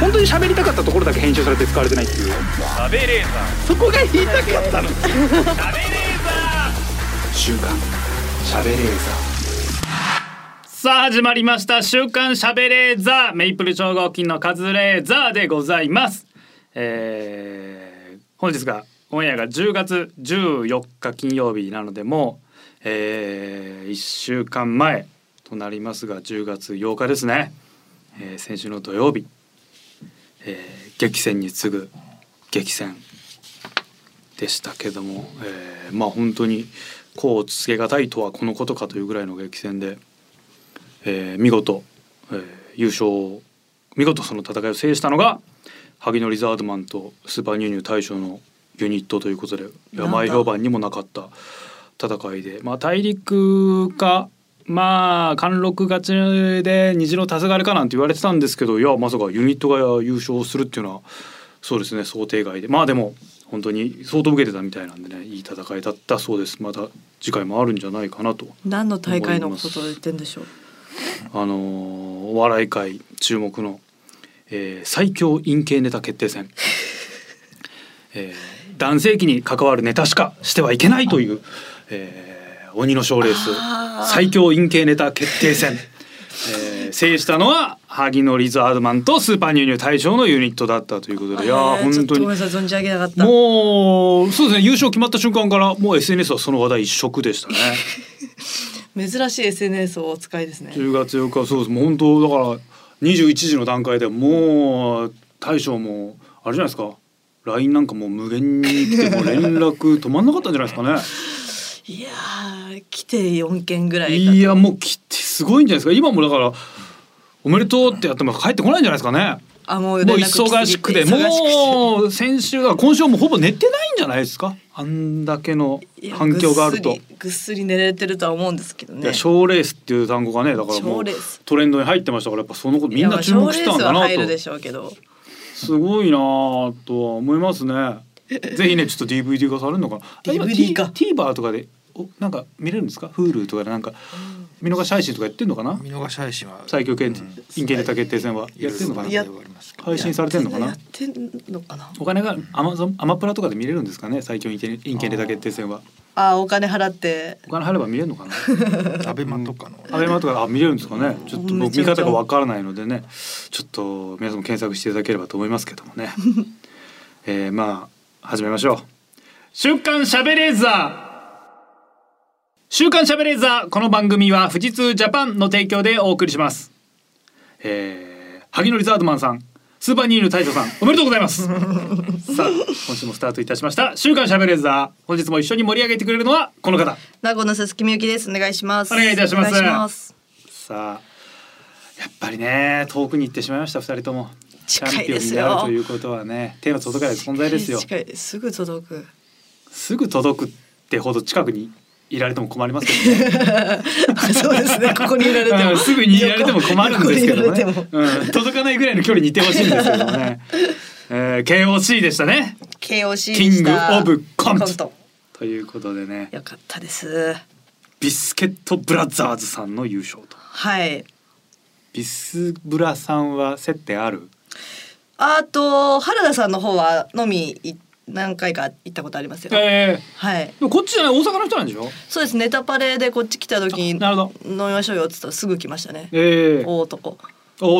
本当に喋りたかったところだけ編集されて使われてないっていう。 喋れーそこが言いたかったの。 喋れーザ週刊喋れーさあ始まりました週刊しゃべれーザメイプル超合金のカズレーザーでございます。本日がオンエアが10月14日金曜日なのでもう、1週間前となりますが10月8日ですね、先週の土曜日、激戦に次ぐ激戦でしたけども、まあ本当にこうつけがたいとはこのことかというぐらいの激戦で、見事、優勝見事その戦いを制したのが萩野リザードマンとスーパーニューニュー大将のユニットということで前評判にもなかった戦いで、まあ、大陸かまあ貫禄勝ちで虹の黄昏かなんて言われてたんですけど、いやまさかユニットが優勝するっていうのはそうですね想定外で、まあでも本当に相当受けてたみたいなんでねいい戦いだったそうです。また次回もあるんじゃないかなと。 何の大会のことを言ってんでしょう。 お笑い界注目の、最強陰茎ネタ決定戦、男性器に関わるネタしかしてはいけないという、鬼の賞レース最強陰茎ネタ決定戦、制したのは萩野リザードマンとスーパーニューニュー大将のユニットだったということで、いや本当にちょっとごめんなさい存じ上げなかった。 もうそうですね優勝決まった瞬間からもう SNS はその話題一色でしたね。 珍しい SNS をお使いですね。 10月8日そうです。もう本当だから21時の段階でもう大将もあれじゃないですか LINE なんかもう無限に来てもう連絡止まんなかったんじゃないですかね。 いや来て4件ぐらいだと。 いやもう来てすごいんじゃないですか。今もだからおめでとうってやっても帰ってこないんじゃないですかね。 もう忙しくてもう先週だから今週はもうほぼ寝てないんじゃないですか。あんだけの反響があるとぐっすり寝れてるとは思うんですけどね。 賞レースっていう単語がねだからもうトレンドに入ってましたからやっぱそのことみんな注目したんだなと。 賞レースは入るでしょうけどすごいなとは思いますね。ぜひねちょっと DVD 化されるのかな。 DVD か TVer とかでなんか見れるんですか。 Hulu とかでなんか見逃し配信とかやってんのかな。 見逃し配信は最強陰茎ネタ決定戦はやってんのかな。配信されてんのかな。 やってんのかな。 お金がアマプラとかで見れるんですかね。最強陰茎ネタ決定戦は。 お金払えれば見れるのかな。 アベマとかのアベマとか見れるんですかね。ちょっと僕見方がわからないのでねちょっと皆さんも検索していただければと思いますけどもね。まあ始めましょう。週刊しゃべれーザー週刊しゃべれーザー。この番組は富士通ジャパンの提供でお送りします。萩野リザードマンさんスーパーニューニュー大将さんおめでとうございます。さあ今週もスタートいたしました週刊しゃべれーザー。本日も一緒に盛り上げてくれるのはこの方名古屋の鈴木みゆきです。お願いします。 お願いいたします。 お願いします。 さあやっぱりね遠くに行ってしまいました。2人ともチャンピオンになるということはね手の届かない存在ですよ。 近いすぐ届くってほど近くにいられても困りますけどね。 そうですねここにいられてもすぐにいられても困るんですけどね、届かないぐらいの距離にいてほしいんですけどもね。KOC でしたね。 KOC キングオブコントトということでねよかったです。 ビスケットブラザーズさんの優勝と。 はいビスブラさんは接点ある。 原田さんの方は飲み何回か行ったことありますよ。はい。 でもこっちじゃない大阪の人なんでしょ。 そうですネタパレでこっち来た時に飲みましょうよっつったらすぐ来ましたね。大男ぽ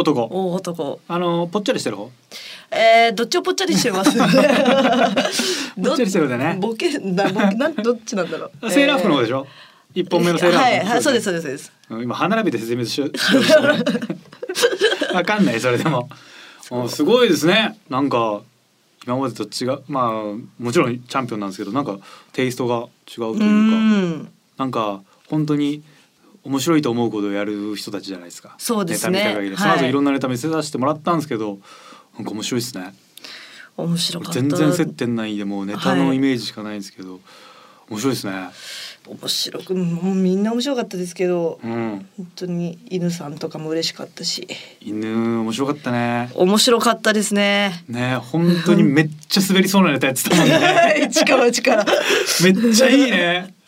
っちゃりしてる方。 どっちをぽっちゃりしてますぽっちゃりしてるでね。 ボケどっちなんだろう。 セーラー服の方でしょ。一本目のセーラー服。 はいそうです今歯並びで説明しようとしたね。わかんないそれでもすごいですね。なんか今までと違うまあもちろんチャンピオンなんですけどなんかテイストが違うというかなんか本当に面白いと思うことをやる人たちじゃないですか。 そうですね。 ネタ見た限り、その後いろんなネタ見せさせてもらったんですけどなんか面白いですね。 面白かった。 全然接点ないでもうネタのイメージしかないんですけど、面白いですね。 面白くもうみんな面白かったですけど、 本当に犬さんとかも嬉しかったし。 犬面白かったね。 面白かったですね。 ね本当にめっちゃ滑りそうなネタやってたもんね。 力めっちゃいいね。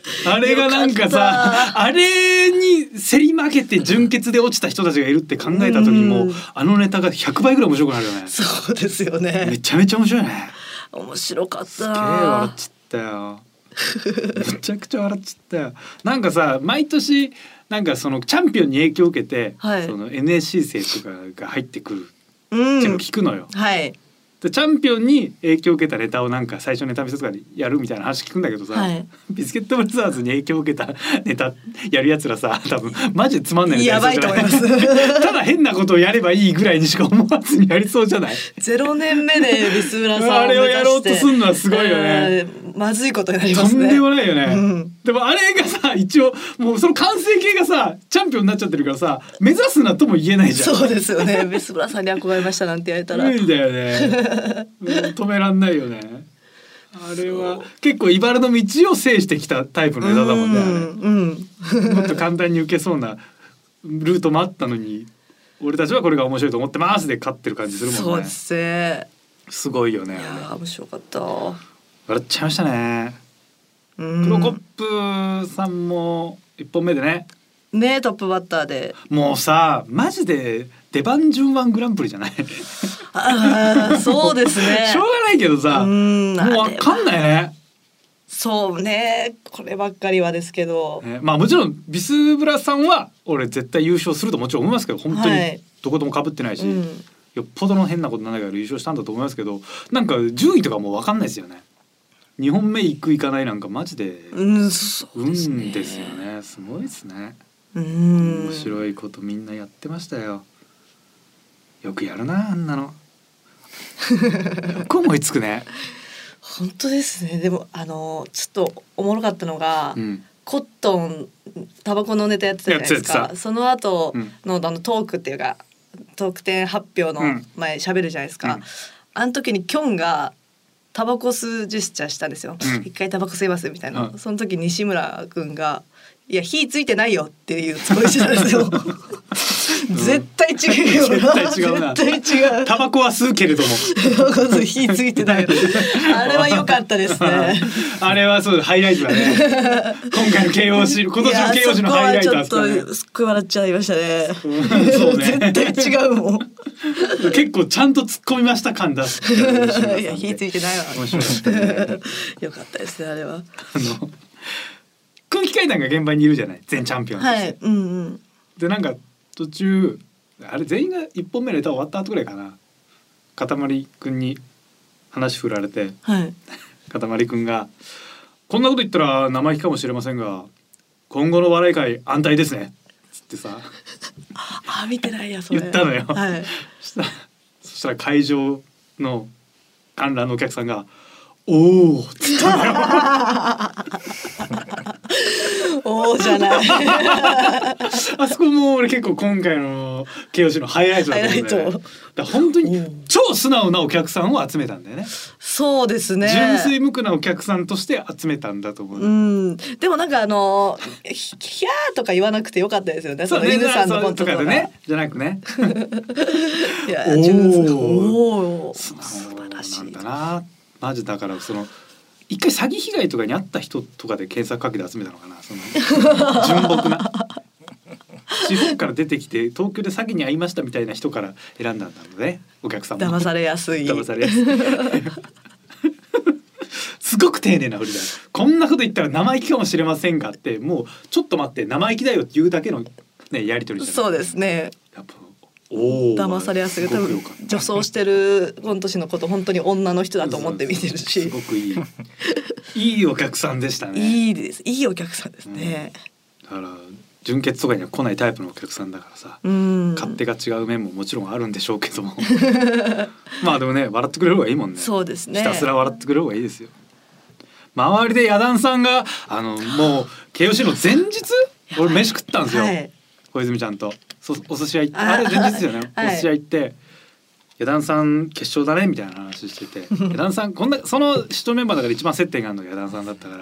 あれがなんかさ、あれに競り負けて純潔で落ちた人たちがいるって考えた時も、あのネタが100倍ぐらい面白くなるよね。 そうですよね。 めちゃめちゃ面白いね。 面白かった。すげえ笑っちゃったよ。めちゃくちゃ笑っちゃったよ。なんかさ、毎年なんかそのチャンピオンに影響を受けて、はい、その NSC 生とかが入ってくるっていうのを聞くのよ。 はい。 でチャンピオンに影響を受けたネタをなんか最初ネタ見せとかでやるみたいな話聞くんだけどさ、はい、ビスケットブラザーズに影響を受けたネタやるやつらさ、多分マジでつまんないネタやばいと思いますただ変なことをやればいいぐらいにしか思わずにやりそうじゃない。 0年目でビスブラさんをあれをやろうとするのはすごいよね。 まずいことになりますね。 とんでもないよね、うん、でもあれがさ、一応もうその完成形がさチャンピオンになっちゃってるからさ、目指すなとも言えないじゃん。 そうですよね。ビスブラさんに憧れましたなんて言われたら無理だよね止めらんないよね。あれは結構茨の道を制してきたタイプのネタだもんね。もっと簡単に受けそうなルートもあったのに、俺たちはこれが面白いと思ってますで勝ってる感じするもんね。 そうですね。 すごいよね。 いや面白かった。 笑っちゃいましたね。クロコップさんも1本目でねトップバッターでもうさ、マジで出番順番グランプリじゃないあそうですねしょうがないけどさ、もう分かんないね。 そうね、こればっかりはですけど、 まあもちろんビスブラさんは俺絶対優勝するともちろん思いますけど、本当にどことも被ってないし、よっぽどの変なことなんだから優勝したんだと思いますけど、なんか順位とかもう分かんないですよね。2本目行く行かないなんかマジで運ですよね。すごいですね。面白いことみんなやってましたよ。よくやるなあんなのよく思いつくね。 本当ですね。でもちょっとおもろかったのが、コットンタバコのネタやってたじゃないですか。その後の、トークっていうか得点発表の前喋るじゃないですか、あの時にキョンがタバコ吸うジェスチャーしたんですよ、一回タバコ吸いますみたいな、その時西村くんがいや火ついてないよっていうつもりしてたんですよ絶対違うよな。絶対違うな。絶対違う。 タバコは吸うけれども火ついてないよあれは良かったですねあれはそうハイライトだね今回の慶応史、今年の慶応史のハイライトだったね。 ちょっとすっごい笑っちゃいましたねそうね絶対違うもん結構ちゃんと突っ込みました感出すいや火ついてないわ。面白かったね良かったですねあれは。 空気階段が現場にいるじゃない、全チャンピオンとして、でなんか途中あれ全員が1本目のネタ終わった後ぐらいかな、かたまりくんに話振られて、かたまりくんがこんなこと言ったら生意気かもしれませんが今後の笑い界安泰ですねつってさあ見てないやそれ言ったのよ、そしたら会場の観覧のお客さんがおーっつったのよおーじゃないあそこも俺結構今回の慶応史のハイライトだと思うんだよね。だ本当に超素直なお客さんを集めたんだよね。 そうですね、 純粋無垢なお客さんとして集めたんだと思う。 でもなんかヒャーとか言わなくてよかったですよね。その犬さんのコントとかでねじゃなくねいやおー素晴らしいなんだなマジ。だからその一回詐欺被害とかに遭った人とかで検索かけて集めたのかな、その純朴な地方から出てきて東京で詐欺に遭いましたみたいな人から選んだんだろうね、お客さんも。 騙されやすいすごく丁寧な振りだよ。こんなこと言ったら生意気かもしれませんがってもうちょっと待って生意気だよって言うだけの、ね、やり取りじゃない。 そうですね。 やっぱ騙されやすい。多分女装してるコント師のこと本当に女の人だと思って見てるし、 すごくいいお客さんでしたね。 いいです、いいお客さんですね、 だから純潔とかには来ないタイプのお客さんだからさ、勝手が違う面ももちろんあるんでしょうけどもまあでもね笑ってくれる方がいいもんね。 そうですね、 ひたすら笑ってくれる方がいいですよ。周りでヤダンさんがもう慶応史の前日俺飯食ったんですよ、小泉ちゃんとお寿司屋行って、あれ前日ですよね、お寿司屋行ってヤダンさん決勝だねみたいな話しててヤダンさんその人メンバーだから一番接点があるのがヤダンさんだったから、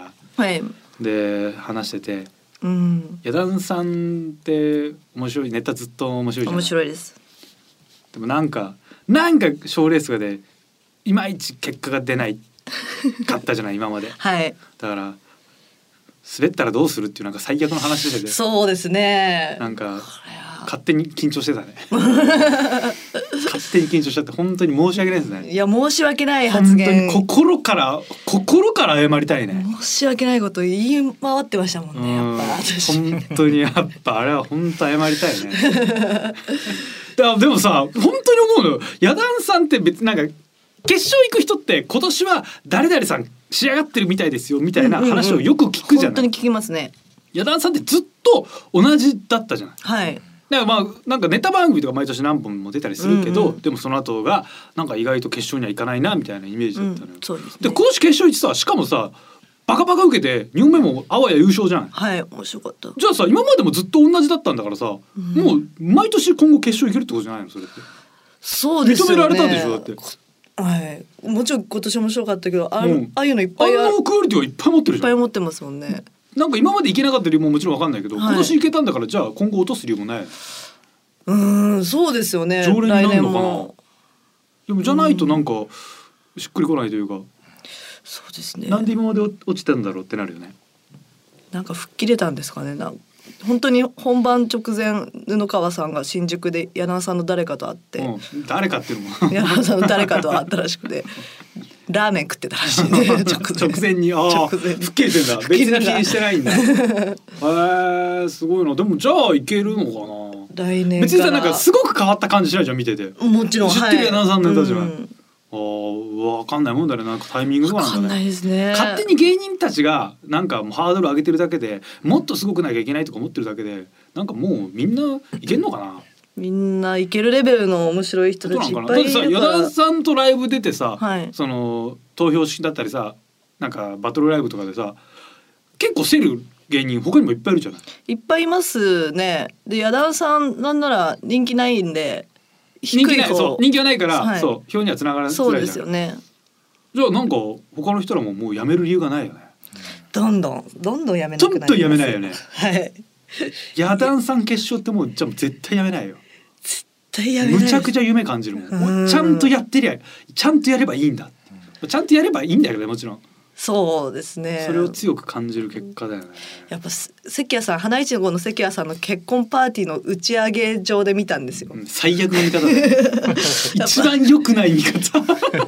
で話してて、ヤダンさんって面白いネタずっと面白いじゃない。 面白いです。 でもなんか賞レースがでいまいち結果が出ないかったじゃない今まで、だから滑ったらどうするっていうなんか最悪の話でそうですね。 なんか勝手に緊張してたね勝手に緊張しちゃって本当に申し訳ないですね。 いや申し訳ない発言、 本当に心から謝りたいね。 申し訳ないこと言い回ってましたもんね、やっぱ私本当にやっぱあれは本当謝りたいねでもさ本当に思うのよ、ヤダンさんって別なんか決勝行く人って今年は誰々さん仕上がってるみたいですよみたいな話をよく聞くじゃない、 本当に聞きますね。 ヤダンさんってずっと同じだったじゃない。 はいだからまあなんかネタ番組とか毎年何本も出たりするけど、でもその後がなんか意外と決勝にはいかないなみたいなイメージだったのよ、 そうですね。 で今年決勝行ってさ、しかもさバカバカ受けて2本目もあわや優勝じゃん。 はい面白かった。 じゃあさ今までもずっと同じだったんだからさ、もう毎年今後決勝行けるってことじゃないのそれって。 そうですよね。 認められたでしょだって。 はい、もちろん今年面白かったけど、ああいうのいっあんぱいなクオリティはいっぱい持ってるじゃん。 いっぱい持ってますもんね。 なんか今まで行けなかった理由ももちろん分かんないけど、今年行けたんだからじゃあ今後落とす理由もない。 そうですよね。 常連になるのかな。 来年もでもじゃないとなんかしっくりこないというか、 そうですね。 なんで今まで落ちたんだろうってなるよね。 なんか吹っ切れたんですかね。本当に本番直前布川さんが新宿で柳さんの誰かと会って、 誰かっていうのも柳さんの誰かと会ったらしくてラーメン食ってたらしいね直前に吹っ切れてんだ。別に気にしてないんだすごいな。でもじゃあいけるのかな来年から。 別にさなんかすごく変わった感じしないじゃん見てて。 もちろん知ってる柳さんのネタじゃない、 わ分かんないもんだね。なんかタイミングとかなんだね。 かんないですね。 勝手に芸人たちがなんかもうハードル上げてるだけで、もっとすごくなきゃいけないとか思ってるだけで、なんかもうみんないけんのかな。 みんないけるレベルの面白い人たちいっぱいいるから。 だってさ、矢田さんとライブ出てさ、 はい、 その投票式だったりさ、なんかバトルライブとかでさ、結構競る芸人他にもいっぱいいるじゃない。 いっぱいいますね。で矢田さんなんなら人気ないんで。 人気はないから、 はい、 そう票にはつながらないじゃん。 そうですよね。 じゃあなんか他の人らももうやめる理由がないよね。 どんどんやめなくなります。 ちょっとやめないよね。 はい。 ヤダンさん決勝ってもうじゃあ絶対やめないよ。 絶対やめない。 むちゃくちゃ夢感じるもん。ちゃんとやってりゃ、ちゃんとやればいいんだ。ちゃんとやればいいんだけどね、もちろん。 そうですね。 それを強く感じる結果だよね。 やっぱ関谷さん、花いちごの関谷さんの結婚パーティーの打ち上げ場で見たんですよ。 最悪の見方だ。一番良くない見方。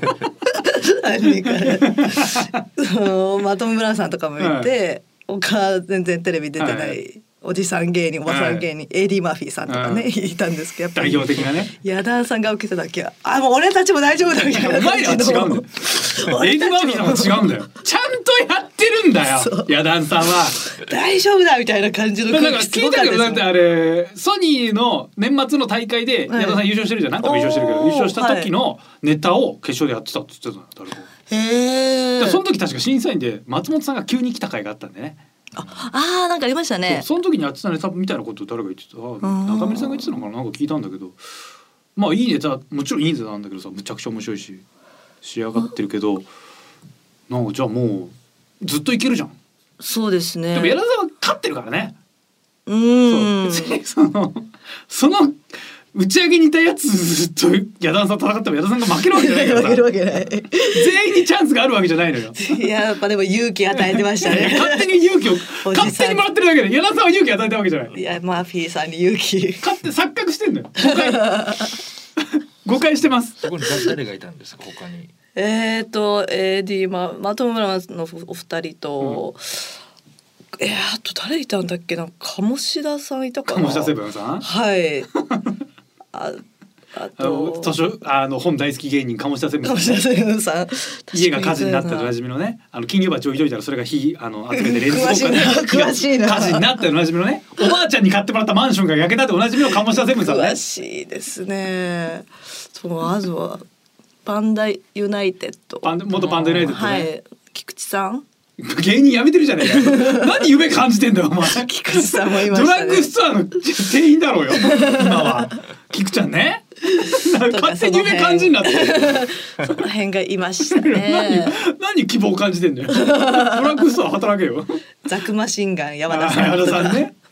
マトムブランさんとかもいて、他全然テレビ出てない。おじさん芸人、おばさん芸人、エディ・マーフィーさんとかね、いたんですけど、やっぱり代表的なね。 矢田さんが受けただけは、もう俺たちも大丈夫だみたいな。 お前らは違うんだよ。エディ・マーフィーさんは違うんだよ。ちゃんとやってるんだよ。矢田さんは大丈夫だみたいな感じの空気すごかったです。 だってあれソニーの年末の大会で矢田さん優勝してるじゃん。何回も優勝してるけど、優勝した時のネタを決勝でやってたって言ってたの。誰か。 へえ。 その時確か審査員で松本さんが急に来た回があったんでね。 なんかありましたね。 その時にやってたネタみたいなことを誰が言ってた。中村さんが言ってたのかな、なんか聞いたんだけど、まあいいネタ、もちろんいいネタなんだけどさ、むちゃくちゃ面白いし仕上がってるけど、なんかじゃあもうずっといけるじゃん。 そうですね。 でも矢田さんは勝ってるからね。 そう別にその打ち上げにいたやつと矢田さん戦っても矢田さんが負けるわけじゃないからさ。 負けるわけない。 全員にチャンスがあるわけじゃないのよ。 いや、やっぱでも勇気与えてましたね。 勝手に勇気を勝手にもらってるだけで矢田さんは勇気与えたわけじゃない。 いや、マーフィーさんに勇気。 勝手錯覚してんのよ。誤解してます。 そこに誰がいたんですか他に。 エディマトムラのお二人と、あと誰いたんだっけな、鴨志田さんいたかな。 鴨志田セブンさん。 はい。あと本大好き芸人鴨志田セブンさん。 鴨志田セブンさん。 家が火事になったとおなじみのね。金魚鉢置いといたらそれが集めてレンズ交換で詳しいな。 火事になったとおなじみのね。おばあちゃんに買ってもらったマンションが焼けたとおなじみの鴨志田セブンさんね。 詳しいですね。あとはパンダユナイテッド。 元パンダユナイテッドね。 はい。菊池さん。 芸人辞めてるじゃないか。何夢感じてんだよお前。 菊池さんもいましたね。 ドラッグストアの店員だろうよ今は。菊ちゃんね。勝手に夢感じんなって。 その辺がいましたね。 何希望感じてんだよ。ドラッグストア働けよ。 ザクマシンガン山田さん。 山田さんね。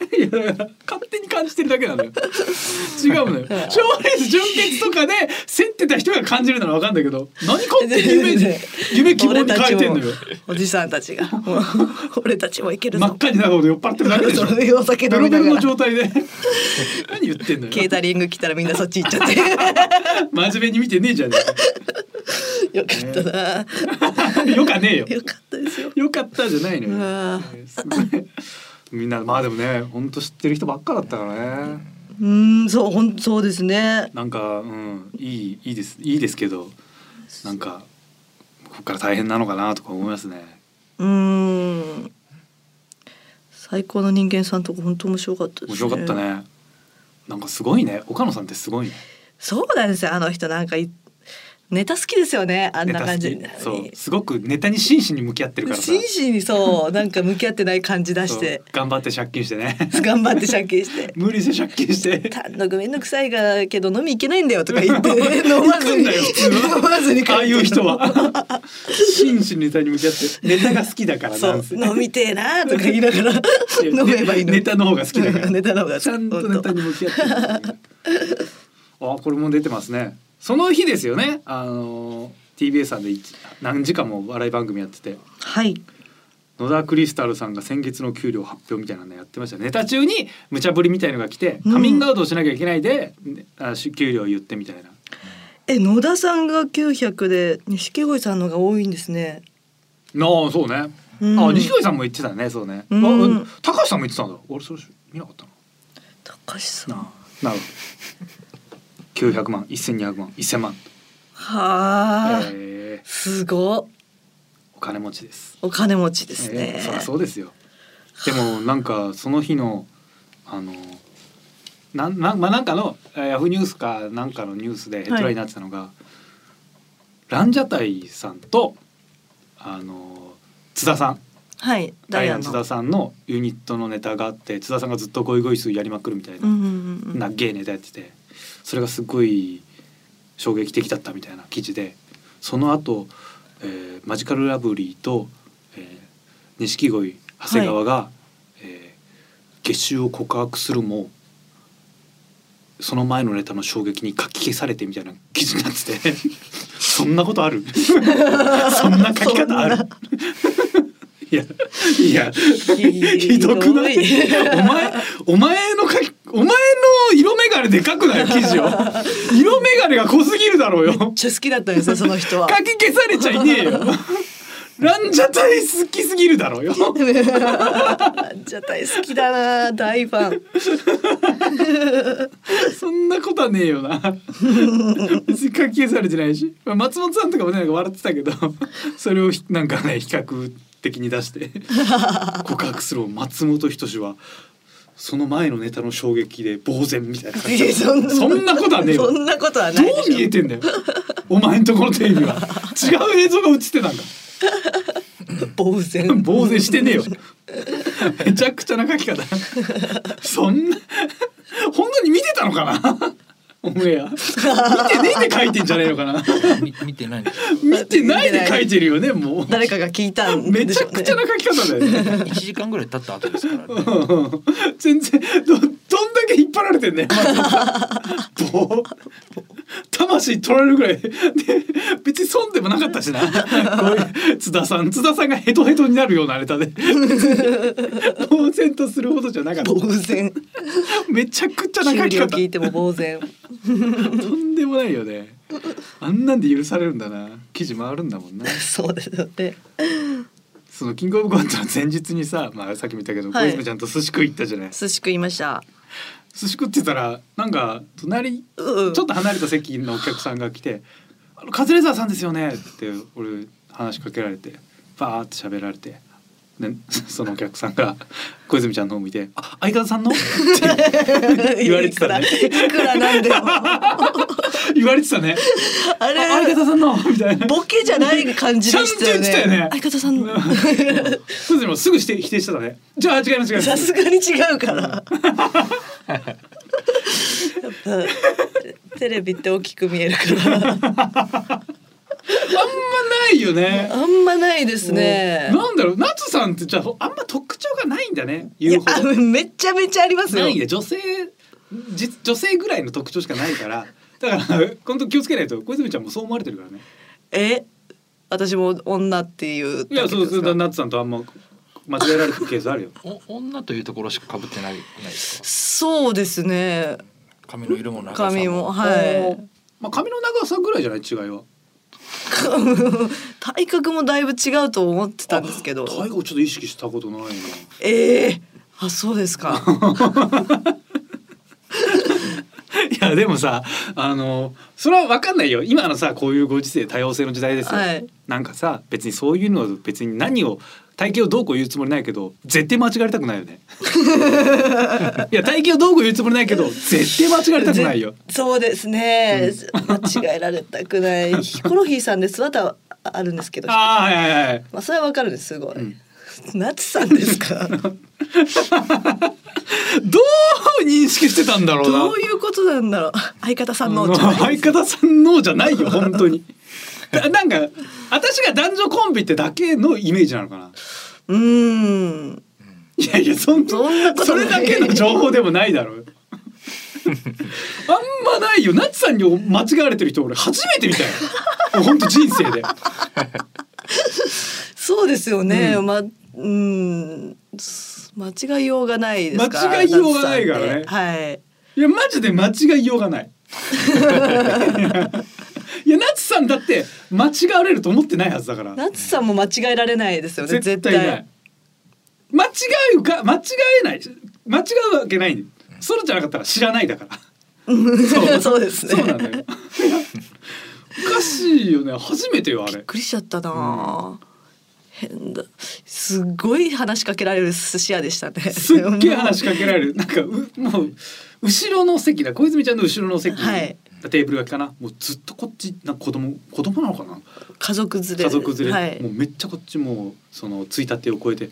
いやだから勝手に感じてるだけなのよ。違うのよ。賞レース準決とかで競ってた人が感じるならわかんないけど、何勝手に夢希望に変えてんのよ。 おじさんたちが俺たちもいけるぞ。 真っ赤になるほど酔っ払ってるだけでしょ。 お酒飲みながらベロベロの状態で何言ってんのよ。 ケータリング来たらみんなそっち行っちゃって真面目に見てねえじゃねえ。 よかったな。 よかねえよ。 よかったですよ。 よかったじゃないのよ。すごいみんなまあでもね、本当知ってる人ばっかだったからね。 そうそうですね。 なんかいいですけど、なんかここから大変なのかなとか思いますね。 最高の人間さんとか本当面白かったですね。 面白かったね。なんかすごいね。岡野さんってすごいね。 そうなんですよ。あの人なんかネタ好きですよね。あんな感じ。 そうすごくネタに真摯に向き合ってるからさ。 真摯にそうなんか向き合ってない感じ出して頑張って借金してね。 頑張って借金して無理して借金して単独めんどくさいがけど飲み行けないんだよとか言って飲まずに飲まずにああいう人は真摯にネタに向き合ってネタが好きだからそう飲みてえなとか言いながら飲めばいいの。 ネタの方が好きだからネタの方がちゃんとネタに向き合ってる。あ、これも出てますね。その日ですよね。TBS さんで何時間も笑い番組やってて、 はい、 野田クリスタルさんが先月の給料発表みたいなのやってました。ネタ中に無茶ぶりみたいのが来て、カミングアウトをしなきゃいけないで、給料を言ってみたいな。 野田さんが900で錦鯉さんのが多いんですね。 そうね。錦鯉さんも言ってたね。そうね。高橋さんも言ってたんだ。俺それ見なかったな。 高橋さん。 なるほど。900万、1200万、1000万。 はあ、すごい。 お金持ちです。 お金持ちですね。 そりゃそうですよ。でもなんかその日のなんかのヤフーニュースかなんかのニュースでヘッドラインになってたのが、ランジャタイさんと津田さん、 はい、 ダイアン津田さんのユニットのネタがあって、津田さんがずっとゴイゴイスーやりまくるみたいな、ゲーネタやってて、それがすごい衝撃的だったみたいな記事で、その後、マジカルラブリーと錦鯉長谷川が、月収を告白するもその前のネタの衝撃に書き消されてみたいな記事になっててそんなことあるそんな書き方あるいやひどくないお前の色眼鏡で書くなよ記事を色眼鏡が濃すぎるだろうよ。めっちゃ好きだったんですよその人は。 書き消されちゃいねえよランジャタイ好きすぎるだろうよランジャタイ好きだな、大ファンそんなことはねえよな別に書き消されてないし、松本さんとかもねなんか笑ってたけどそれをなんかね比較的に出して告白する松本人志はその前のネタの衝撃で呆然みたいなそんなことはねえよ。 そんなことはないでしょ。 どう見えてんだよお前んとこのテレビは違う映像が映ってたんだ呆然してねえよめちゃくちゃな書き方そんな本当に見てたのかなオンエア見てねえで書いてんじゃねえのかな見てない見てないで書いてるよね。もう誰かが聞いたんめちゃくちゃな書き方だよね 1時間ぐらい経った後ですからね全然どんだけ引っ張られてんね魂取られるぐらいで別に損でもなかったしなこういう津田さんがヘトヘトになるようなネタで呆然とするほどじゃなかった。 呆然めちゃくちゃな書き方聞いても呆然とんでもないよね。あんなんで許されるんだな。記事回るんだもんなそうですよね。 そのキングオブコントの前日にさ、さっきも言ったけど、小泉ちゃんと寿司食い行ったじゃない。 寿司食いました。 寿司食ってたらなんか隣、ちょっと離れた席のお客さんが来て「カズレーザーさんですよね」って俺話しかけられてバーって喋られて、でそのお客さんが小泉ちゃんの方見て「あ、相方さんの?」って言われてたね。 いくらなんでも言われてたね。あれ相方さんのみたいなボケじゃない感じでしたよね。 ちゃんと言ってたよね。 相方さんの小泉もすぐ否定してたね。じゃあ違います。 さすがに違うからやっぱテレビって大きく見えるからあんまないよね。 あんまないですね。 なんだろう、夏さんってじゃああんま特徴がないんだね。 いやめちゃめちゃありますよ。 ないんだ。女性ぐらいの特徴しかないから。だから本当気をつけないと。小泉ちゃんもそう思われてるからね。 私も女っていう。 いやそうナッツさんとあんま間違えられてるケースあるよ。 女というところしか被ってないですか。 そうですね。 髪の色も長さも。 髪もはい。 まあ髪の長さぐらいじゃない違いは。 体格もだいぶ違うと思ってたんですけど。 体格ちょっと意識したことないな。 そうですか。 いやでもさそれは分かんないよ。今のさこういうご時世多様性の時代ですよ、 はい、 なんかさ別にそういうの別に何を体型をどうこう言うつもりないけど絶対間違われたくないよね。いや体型をどうこう言うつもりないけど絶対間違われたくないよ。 そうですね、間違えられたくない。ヒコロヒーさんで姿あるんですけど、 はいはいはい、 まあそれはわかるんですすごい、ナツさんですか。 どう認識してたんだろうな。 どういうことなんだろう。相方さんのじゃない。 相方さんのじゃないよ本当に。なんか私が男女コンビってだけのイメージなのかな。いやいやそんなことそれだけの情報でもないだろう。あんまないよ。ナツさんに間違われてる人俺初めて見たよ。本当人生で。 そうですよね。間違いようがないですから。 間違いようがないからね。 はい。 いやマジで間違いようがない。いやナツさんだって間違われると思ってないはずだから。 ナツさんも間違えられないですよね。 絶対ない。間違えない。間違うわけない。それじゃなかったら知らないだから。 そうですね。 そうなんだよ。おかしいよね。初めてよあれ。 びっくりしちゃったな。変だ。すごい話しかけられる寿司屋でしたね。 すっげえ話しかけられる。なんかもう後ろの席だ。小泉ちゃんの後ろの席、はい、テーブルがかな。もうずっとこっちなんか子供なのかな。 家族連れ、 はい、もうめっちゃこっちもそのついたてを超えて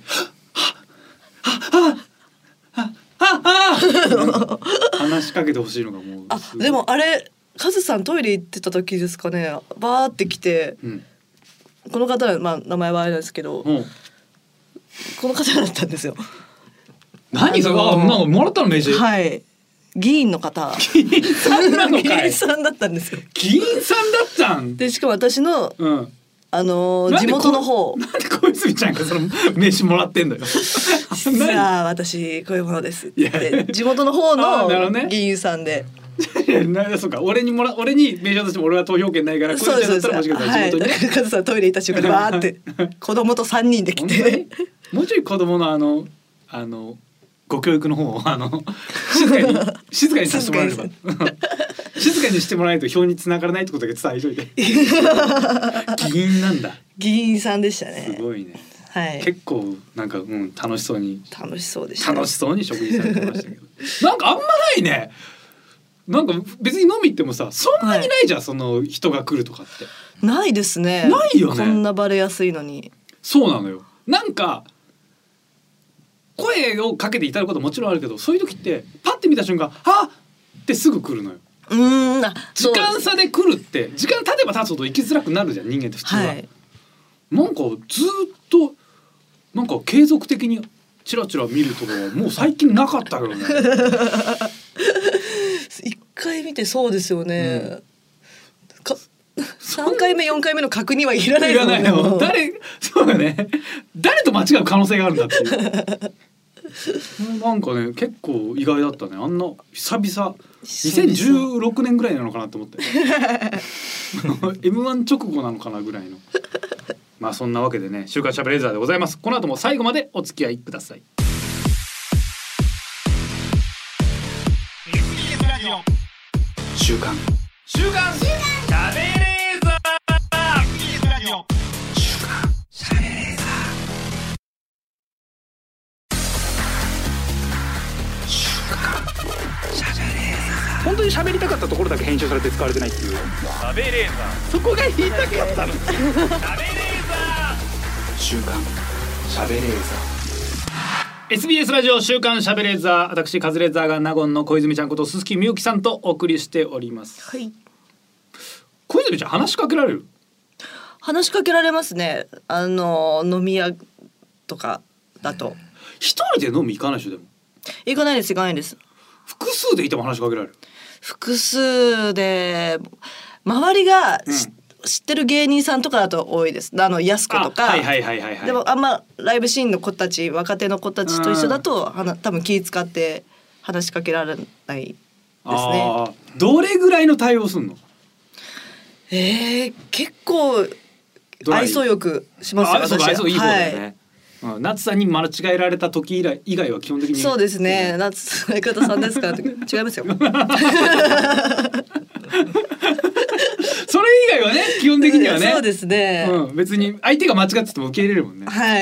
話しかけてほしいのがもう。 でもあれカズさんトイレ行ってた時ですかね。バーって来て、この方は、名前はあれなんですけど、この方だったんですよ。 何それ。なんかもらったの名刺。 はい。議員の方。 議員さんなのかい。 議員さんだったんですよ。 議員さんだったん。 でしかも私の、地元の方。 なんで小泉ちゃんがその名刺もらってんのよ。 さあ私こういうものですって地元の方の議員さんで。 そうか俺に名刺としても俺は投票権ないからそうですそうです。はい。カズさんトイレ行った瞬間にバーって子供と3人で来て。 もうちょい子供のご教育の方を静かにさせてもらえれば。静かにしてもらえないと票に繋がらないってことだけ伝えといて。議員なんだ。 議員さんでしたね。 すごいね。 はい。 結構なんか楽しそうにでした、ね。 楽しそうに食事されてましたけど。なんかあんまないね。なんか別に飲み行ってもさそんなにないじゃん、はい、その人が来るとかってないですね。 ないよね。 こんなバレやすいのに。 そうなのよ。なんか声をかけていただくことももちろんあるけどそういう時ってパッて見た瞬間あってすぐ来るのよ。時間差で来るって時間経てば経つほど行きづらくなるじゃん人間って普通は、はい、なんかずっとなんか継続的にチラチラ見るところはもう最近なかったけどね。 一回見てそうですよね、3回目4回目の確認はいらないですよね。 そうだね。誰と間違う可能性があるんだっていうなんかね結構意外だったね。あんな久々2016年ぐらいなのかなと思ってM1 直後なのかなぐらいの。まあそんなわけでね週刊しゃべレーザーでございます。この後も最後までお付き合いください。 週刊しゃべレーザー。週刊しゃべレーザー。週刊しゃべレーザー。 本当に喋りたかったところだけ編集されて使われてないっていう。しゃべレーザー。そこが言いたかったの。しゃべレーザー。 週刊しゃべレーザー。 SBS ラジオ週刊しゃべレーザー、私カズレーザーが納言の小泉ちゃんこと鈴木みゆきさんとお送りしております。 はい。 小泉ちゃん話しかけられる？ 話しかけられますね。飲み屋とかだと。 一人で飲み行かないでしょ。でも行かないです複数でいても話しかけられる。 複数で周りが知ってる芸人さんとかだと多いです。やす子とか。でもあんまライブシーンの子たち、若手の子たちと一緒だと多分気使って話しかけられないですね。 どれぐらいの対応すんの？ 結構愛想よくしますよ。 愛想いい方だよね。夏さんに間違えられた時以外は基本的にそうですね。夏相方さんですかって違いますよ。 それ以外はね、基本的にはね。 そうですね。 別に相手が間違ってても受け入れるもんね。 はい、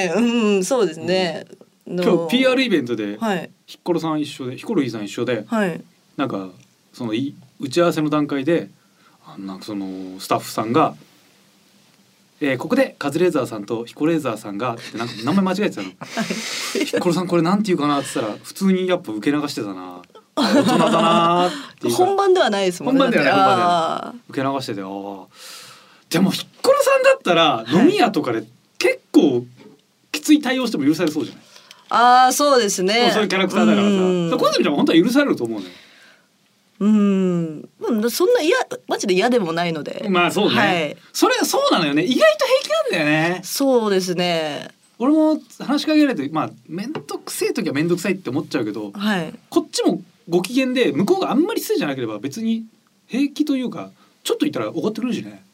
そうですね。 今日 PR イベントでヒッコロさん一緒で、ヒコロヒーさん一緒で、なんかその打ち合わせの段階で、なんかそのスタッフさんが。ここでカズレーザーさんとヒコレーザーさんがってなんか名前間違えてたの。ヒコロさんこれなんて言うかなって言ったら普通にやっぱ受け流してたな。大人だなっていう。 本番ではないですもんね。 本番ではない受け流してて、でもヒッコロさんだったら飲み屋とかで結構きつい対応しても許されそうじゃない。 そうですね。 そういうキャラクターだからさ。小泉ちゃんも本当は許されると思うね。 そんなマジで嫌でもないので。 まあそうね、それそうなのよね。意外と平気なんだよね。 そうですね。 俺も話しかけられて、面倒くせえ時は面倒くさいって思っちゃうけど、こっちもご機嫌で向こうがあんまり失礼じゃなければ別に平気というか、ちょっといたら怒ってくるしね。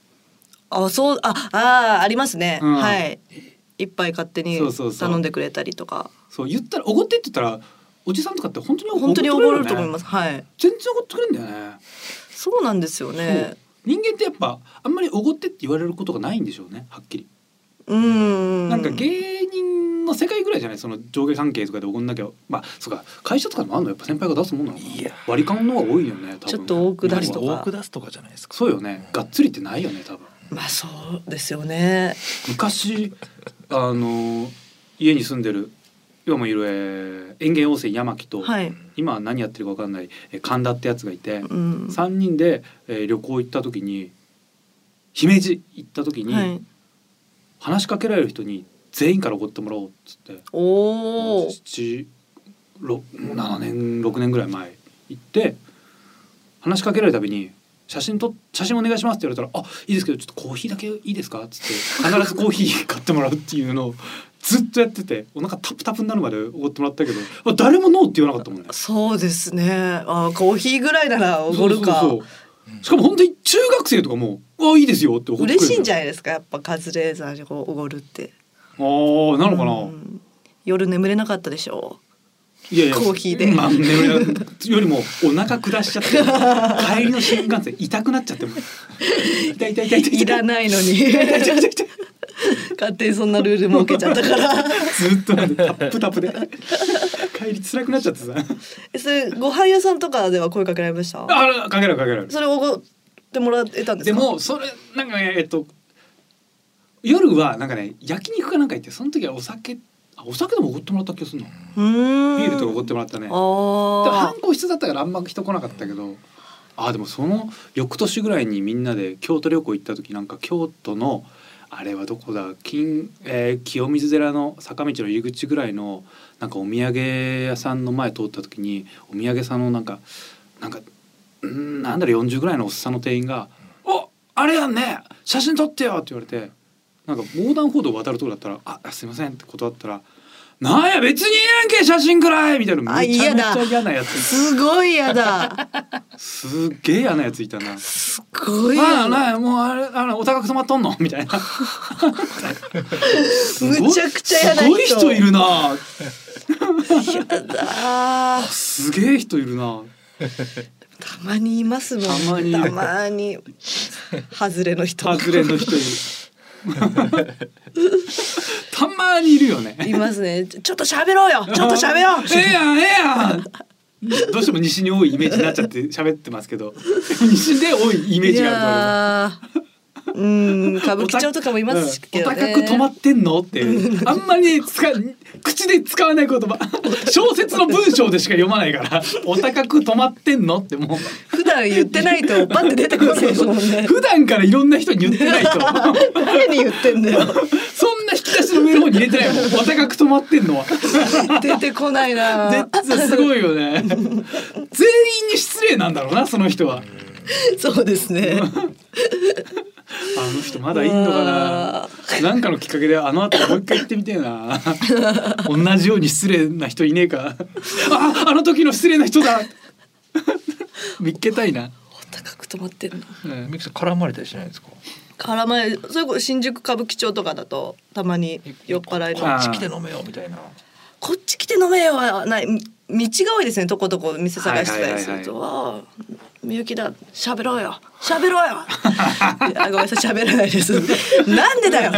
ありますね。一杯勝手に頼んでくれたりとか。 そう言ったら怒ってって言ったら。おじさんとかって本当に怒ると思います。全然怒ってくれるんだよね。 そうなんですよね。 人間ってやっぱあんまり怒ってって言われることがないんでしょうね。はっきり。なんか芸人の世界ぐらいじゃない。その上下関係とかで怒んなきゃ、そうか会社とかでもあるのやっぱ先輩が出すもんなのかな。割り勘の方が多いよね。多分ちょっと多く出すとかじゃないですか。 そうよね。がっつりってないよね多分。 そうですよね。 昔家に住んでる。今もいる園芸温泉山木と、今は何やってるか分かんない神田ってやつがいて、3人で旅行行った時に姫路行った時に、話しかけられる人に全員からおごってもらおうっつって7年6年ぐらい前行って話しかけられるたびに写真お願いしますって言われたらいいですけどちょっとコーヒーだけいいですかっつって必ずコーヒー買ってもらうっていうのをずっとやっててお腹タプタプになるまでおごってもらったけど誰もノーって言わなかったもんね。 そうですね。コーヒーぐらいならおごるか。 しかも本当に中学生とかもいいですよっておごってくれる。 嬉しいんじゃないですかやっぱカズレーザーにおごるって。 なのかな。 夜眠れなかったでしょう。 いやコーヒーで、 眠れよりもお腹下しちゃって帰りの新幹線痛くなっちゃっても痛いらないのに勝手にそんなルール設けちゃったからずっとタップタップで帰り辛くなっちゃってさ。 それご飯屋さんとかでは声かけられました？ かけられる。 それおごってもらえたんですか？ でもそれなんかね夜はなんかね焼肉かなんか行ってその時はお酒でもおごってもらった気がするの。ビールとかおごってもらったね。半個室だったからあんま人来なかったけどでもその翌年ぐらいにみんなで京都旅行行った時なんか京都のあれはどこだ清水寺の坂道の入り口ぐらいのなんかお土産屋さんの前通った時にお土産屋さんのなんだろ40ぐらいのおっさんの店員が「あれやんね写真撮ってよ」って言われてなんか横断歩道を渡るとこだったら「すいません」って断ったら「なんや別にいいやんけ写真くらい」みたいなめちゃめちゃ嫌なやつすごい嫌だすっげえ嫌なやついたな。 すごい嫌だもうお高く泊まっとんのみたいなむちゃくちゃ嫌な人すごい人いるな嫌だすげえ人いるなたまにいますもん。たまに外れの人いるたまにいるよね。 いますね。ちょっと喋ろうよ。 ええやんどうしても西に多いイメージになっちゃって喋ってますけど西で多いイメージがあると歌舞伎町とかもいますけどね。 お高く泊まってんのってあんまり口で使わない言葉小説の文章でしか読まないからお高く泊まってんのってもう普段言ってないとバッて出てくるんですもんね。 普段からいろんな人に言ってないと誰に言ってんだよそんな引き出しの上の方に入れてないもん。お高く止まってんのは出てこないな。 すごいよね。全員に失礼なんだろうな、その人は。 そうですね。 あの人まだいんのかな。なんかのきっかけであの後もう一回行ってみてえな。同じように失礼な人いねえか。あの時の失礼な人だ。見っけたいな。 お高く止まってんの。 ミキさん絡まれたりしないですか？ 絡まれ、それこそ新宿歌舞伎町とかだとたまに酔っ払いの。 こっち来て飲めよみたいな。 こっち来て飲めよはない。道が多いですね。とことこ店探してたりすると、みゆきだ、喋ろうよごめんなさい、喋らないですなんでだよ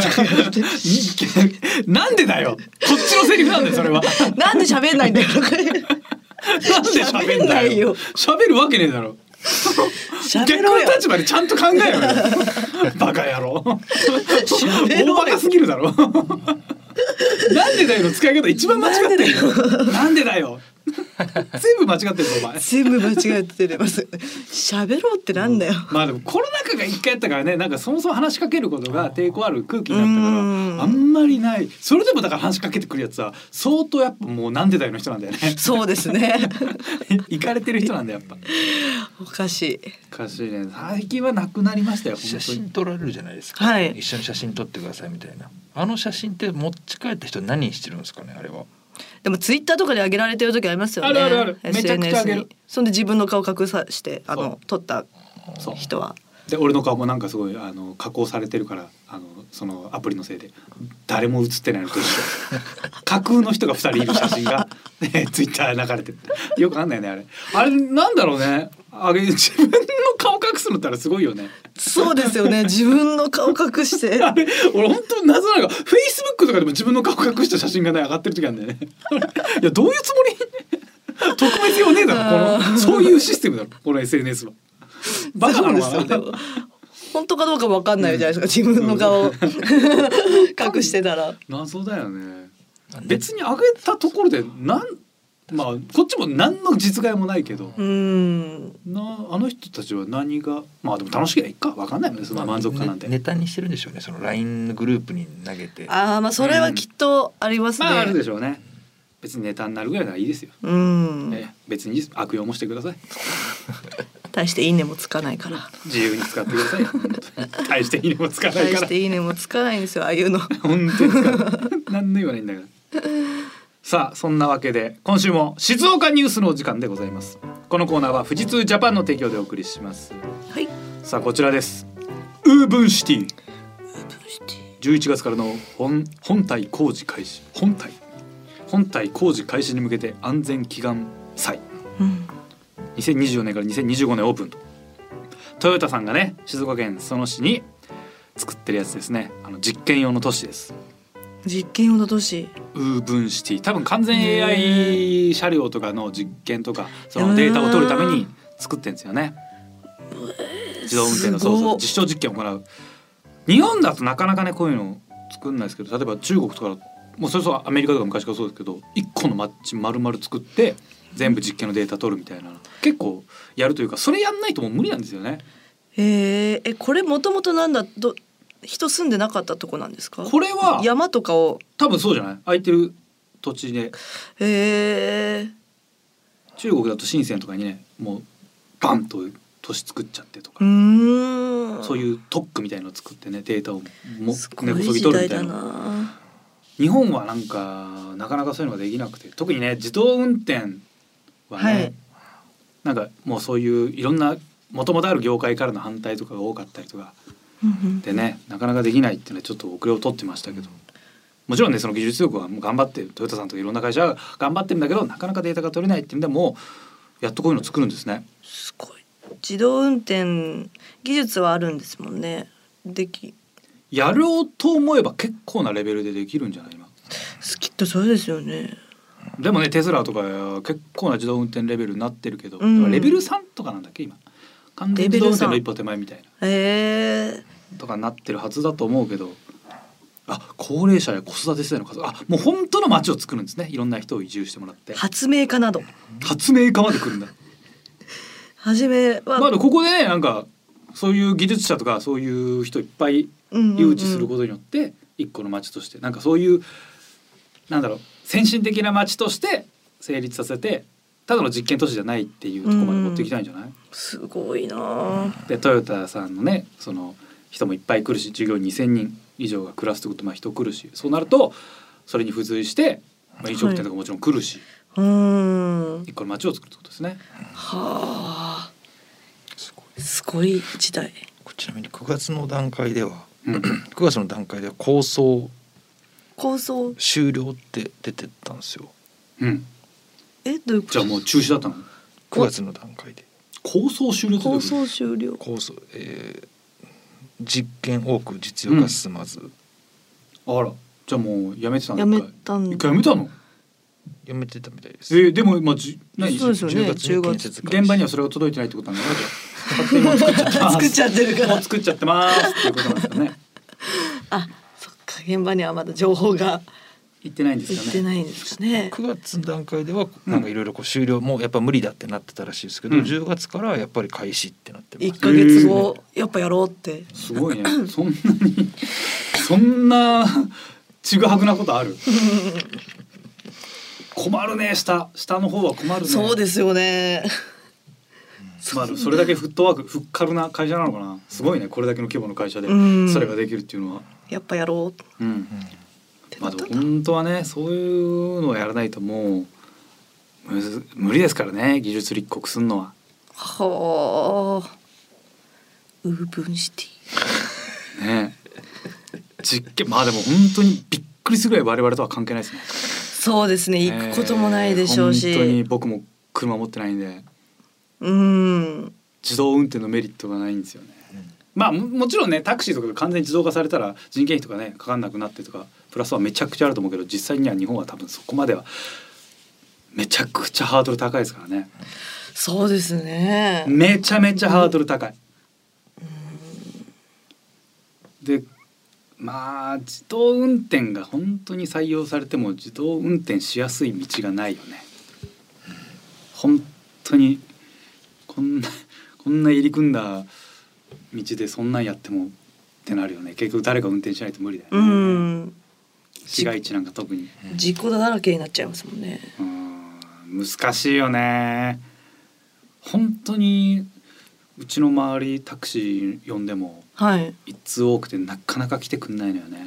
なんでだよ、こっちのセリフなんだよそれは。 なんで喋んないんだよなんで喋んないよ。喋るわけねえだろ。逆の立場でちゃんと考えろよバカ野郎。大バカすぎるだろ。なんでだよの使い方一番間違ってるよ。なんでだよ全部間違ってるお前。 全部間違ってる。喋ろうってなんだよ。 まあでもコロナ禍が一回やったからね、なんかそもそも話しかけることが抵抗ある空気になったからあんまりない。それでもだから話しかけてくるやつは相当やっぱもうなんでだよの人なんだよね。 そうですね。 行かれてる人なんだよやっぱ。 おかしい。 おかしいね。最近はなくなりましたよ。 写真撮られるじゃないですか、 はい、 一緒に写真撮ってくださいみたいな。あの写真って持ち帰った人何してるんですかね、あれは。 でもツイッターとかで上げられてる時ありますよね。 ある SNS めちゃくちゃ上げる。 そんで自分の顔隠さして撮った人は。 で俺の顔もなんかすごい加工されてるからそのアプリのせいで誰も写ってないのと一緒。架空の人が2人いる写真が、ね、ツイッター流れてる。よくあんないよねあれなんだろうね。自分の顔隠すのったらすごいよね。 そうですよね。自分の顔隠してあれ俺本当謎なのがフェイスブックとかでも自分の顔隠した写真がね上がってる時あるんだよね。いやどういうつもり。特別用ねえだろこのそういうシステムだろこの SNS は。バカなのかな。 本当かどうかも分かんないじゃないですか、自分の顔隠してたら。 謎だよね。別に上げたところでまあこっちも何の実害もないけど、あの人たちは何がまあでも楽しければいいか分かんないもんね、その満足感なんて。 ネタにしてるんでしょうね、その LINE のグループに投げて。 まあそれはきっとありますね。 まああるでしょうね。別にネタになるぐらいならいいですよ。別に悪用もしてください。 大していいねもつかないから自由に使ってください。大していいねもつかないから。 大していいねもつかないんですよ、ああいうの。 本当につかない。何の言わないんだから。さあそんなわけで今週も静岡ニュースのお時間でございます。このコーナーは富士通ジャパンの提供でお送りします。 はい。 さあこちらです。ウーブンシティ。11月からの本体工事開始。本体工事開始に向けて安全祈願祭。2024年から2025年オープンと。トヨタさんがね静岡県裾野市に作ってるやつですね。実験用の都市です。 実験用の都市。 ウーブンシティ。多分完全 AI 車両とかの実験とかそのデータを取るために作ってるんですよね。自動運転のそう実証実験を行う。日本だとなかなかねこういうの作んないですけど、例えば中国とかもうそれこそアメリカとか昔からそうですけど1個の街丸々作って全部実験のデータ取るみたいな結構やるというか、それやんないともう無理なんですよね。 これもともとなんだ人住んでなかったとこなんですか。 これは山とかを多分そうじゃない、空いてる土地で。中国だと深センとかにねもうバンと都市作っちゃってとか、そういう特区みたいのを作ってねデータを根こそぎ取るみたいな。日本はなんかなかなかそういうのができなくて、特にね自動運転はね、なんかもうそういういろんなもともとある業界からの反対とかが多かったりとかでね、なかなかできないっていうのはちょっと遅れを取ってましたけど、もちろんねその技術力はもう頑張ってトヨタさんとかいろんな会社が頑張ってるんだけど、なかなかデータが取れないっていうんでもやっとこういうの作るんですね。 すごい。自動運転技術はあるんですもんね。 やろうと思えば結構なレベルでできるんじゃない今。 きっとそうですよね。 でもねテスラとか結構な自動運転レベルになってるけど、レベル3とかなんだっけ今。完全自動運転の一歩手前みたいなとかなってるはずだと思うけど、高齢者や子育て世代の数もう本当の街を作るんですね。いろんな人を移住してもらって発明家など発明家まで来るんだ。 初めはここでねなんかそういう技術者とかそういう人いっぱい誘致することによって、 一個の町としてなんかそういうなんだろう先進的な町として成立させてただの実験都市じゃないっていうところまで持っていきたいんじゃない？ すごいな。 でトヨタさんのねその人もいっぱい来るし従業員2000人以上が暮らすってこと人来るしそうなるとそれに付随して、飲食店とかもちろん来るし、一個の街を作るってことですね。 はあすごい時代。 ちなみに9月の段階では、9月の段階では構想終了って出てたんですよ。 うん。 どういうこと？ じゃあもう中止だったの ？9月の段階で構想終了って構想終了実験多く実用化進まず、 あらじゃあもうやめてたんだ。 やめたんだ。 一回やめたの？ やめてたみたいです。 でもまあ何そうですよね。 10月現場にはそれが届いてないってことなんだね。じゃあ作っちゃってるから。 もう作っちゃってますっていうことなんですよね。 あ、そっか現場にはまだ情報が行ってないんですかね。 行ってないんですかね。 9月の段階ではなんかいろいろ終了もうやっぱ無理だってなってたらしいですけど、10月からはやっぱり開始ってなってます。 1ヶ月後やっぱやろうって。 すごいね。そんなちぐはぐなことある？困るね。下の方は困るね。 そうですよね。 それだけフットワークフッカルな会社なのかな。すごいね。これだけの規模の会社でそれができるっていうのはやっぱやろう。 まあでも本当はねそういうのをやらないともう無理ですからね。技術立国するのは。 はあ。ウーブンシティ。 ね。実験まあでも本当にびっくりするぐらい我々とは関係ないですね。 そうですね。行くこともないでしょうし。 本当に僕も車持ってないんで。自動運転のメリットがないんですよね。まあもちろんねタクシーとかが完全に自動化されたら人件費とかねかかんなくなってとかプラスはめちゃくちゃあると思うけど実際には日本は多分そこまではめちゃくちゃハードル高いですからね。 そうですね。 めちゃめちゃハードル高い。でまあ自動運転が本当に採用されても自動運転しやすい道がないよね。本当にこんな入り組んだ道でそんなんやってもってなるよね。結局誰か運転しないと無理だよね。市街地なんか特に事故だらけになっちゃいますもんね。 難しいよね。本当にうちの周りタクシー呼んでも一通多くてなかなか来てくんないのよね。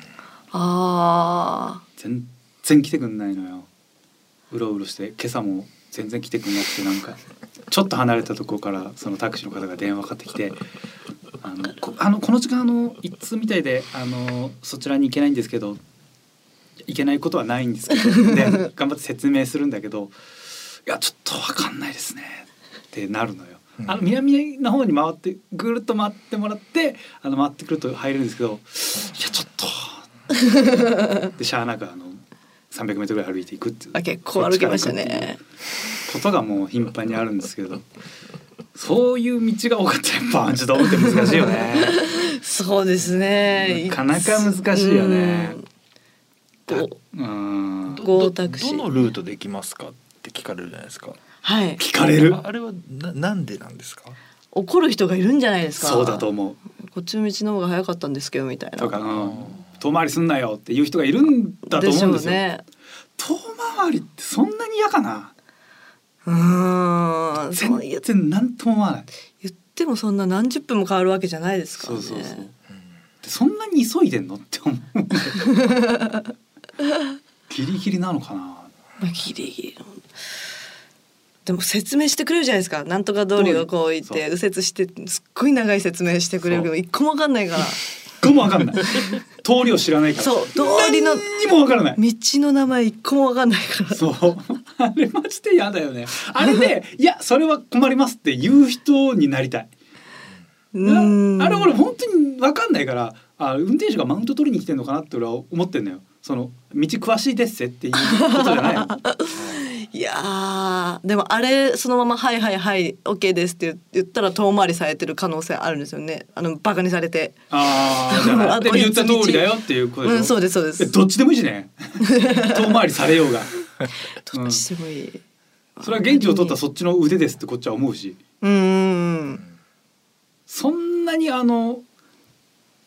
全然来てくんないのよ。うろうろして今朝も全然来てくんなくてなんかちょっと離れたところからそのタクシーの方が電話かかってきてこの時間一通みたいでそちらに行けないんですけど行けないことはないんですけどで頑張って説明するんだけどいやちょっと分かんないですねってなるのよ。南の方に回ってぐるっと回ってもらって回ってくると入るんですけどいやちょっとでしゃあなく300メートルぐらい歩いていくっていう結構歩きましたね。 ことがもう頻繁にあるんですけどそういう道が多かったらやっぱ自動運転難しいよね。 そうですね。 なかなか難しいよね。 ゴータクシーどのルートで行きますかって聞かれるじゃないですか。 はい。 聞かれる。 あれはなんでなんですか。 怒る人がいるんじゃないですか。 そうだと思う。 こっちの道の方が早かったんですけどみたいな。 とか遠回りすんなよっていう人がいるんだと思うんですよ。 ね、 遠回りってそんなに嫌かな。全然なんとも思わない。 言ってもそんな何十分も変わるわけじゃないですからね。 そうそんなに急いでんのって思う。ギリギリなのかな。 ギリギリ。でも説明してくれるじゃないですか。なんとか通りをこう行って右折してすっごい長い説明してくれるけど一個も分かんないから。 一個も分かんない。通りを知らないから。 そう通りの何にも分からない。 道の名前一個も分かんないから。 そう。あれマジで嫌だよね。あれでいやそれは困りますって言う人になりたい。あれ俺本当に分かんないから運転手がマウント取りに来てんのかなって俺は思ってんのよ。その道詳しいですっていうことじゃないの。 いやでもあれそのままはいはいはい OK ですって言ったら遠回りされてる可能性あるんですよね。バカにされて。 あでも言った通りだよっていうことでしょ。 そうですそうです。 どっちでもいいしね。遠回りされようが。 どっちでもいい。 それは現地を取ったそっちの腕ですってこっちは思うし。そんなになん